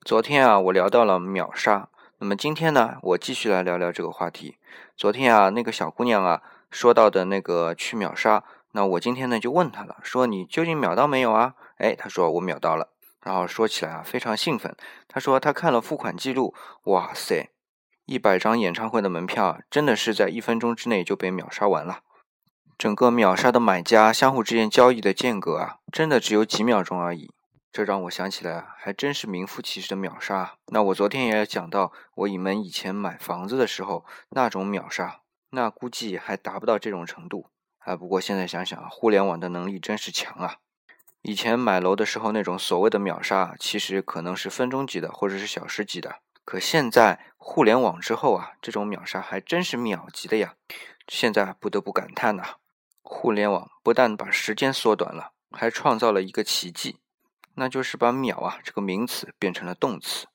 昨天啊，我聊到了秒杀，那么今天呢，我继续来聊聊这个话题。昨天啊，那个小姑娘啊，说到的那个去秒杀，那我今天呢就问她了，说你究竟秒到没有啊？她说我秒到了，然后说起来啊非常兴奋。她说她看了付款记录，哇塞，100张演唱会的门票啊，真的是在1分钟之内就被秒杀完了。整个秒杀的买家相互之间交易的间隔啊，真的只有几秒钟而已。这让我想起来啊，还真是名副其实的秒杀。那我昨天也讲到，我们以前买房子的时候那种秒杀，那估计还达不到这种程度啊。不过现在想想啊，互联网的能力真是强啊。以前买楼的时候那种所谓的秒杀，其实可能是分钟级的或者是小时级的。可现在互联网之后啊，这种秒杀还真是秒级的呀。现在不得不感叹呐，互联网不但把时间缩短了，还创造了一个奇迹。那就是把秒啊这个名词变成了动词。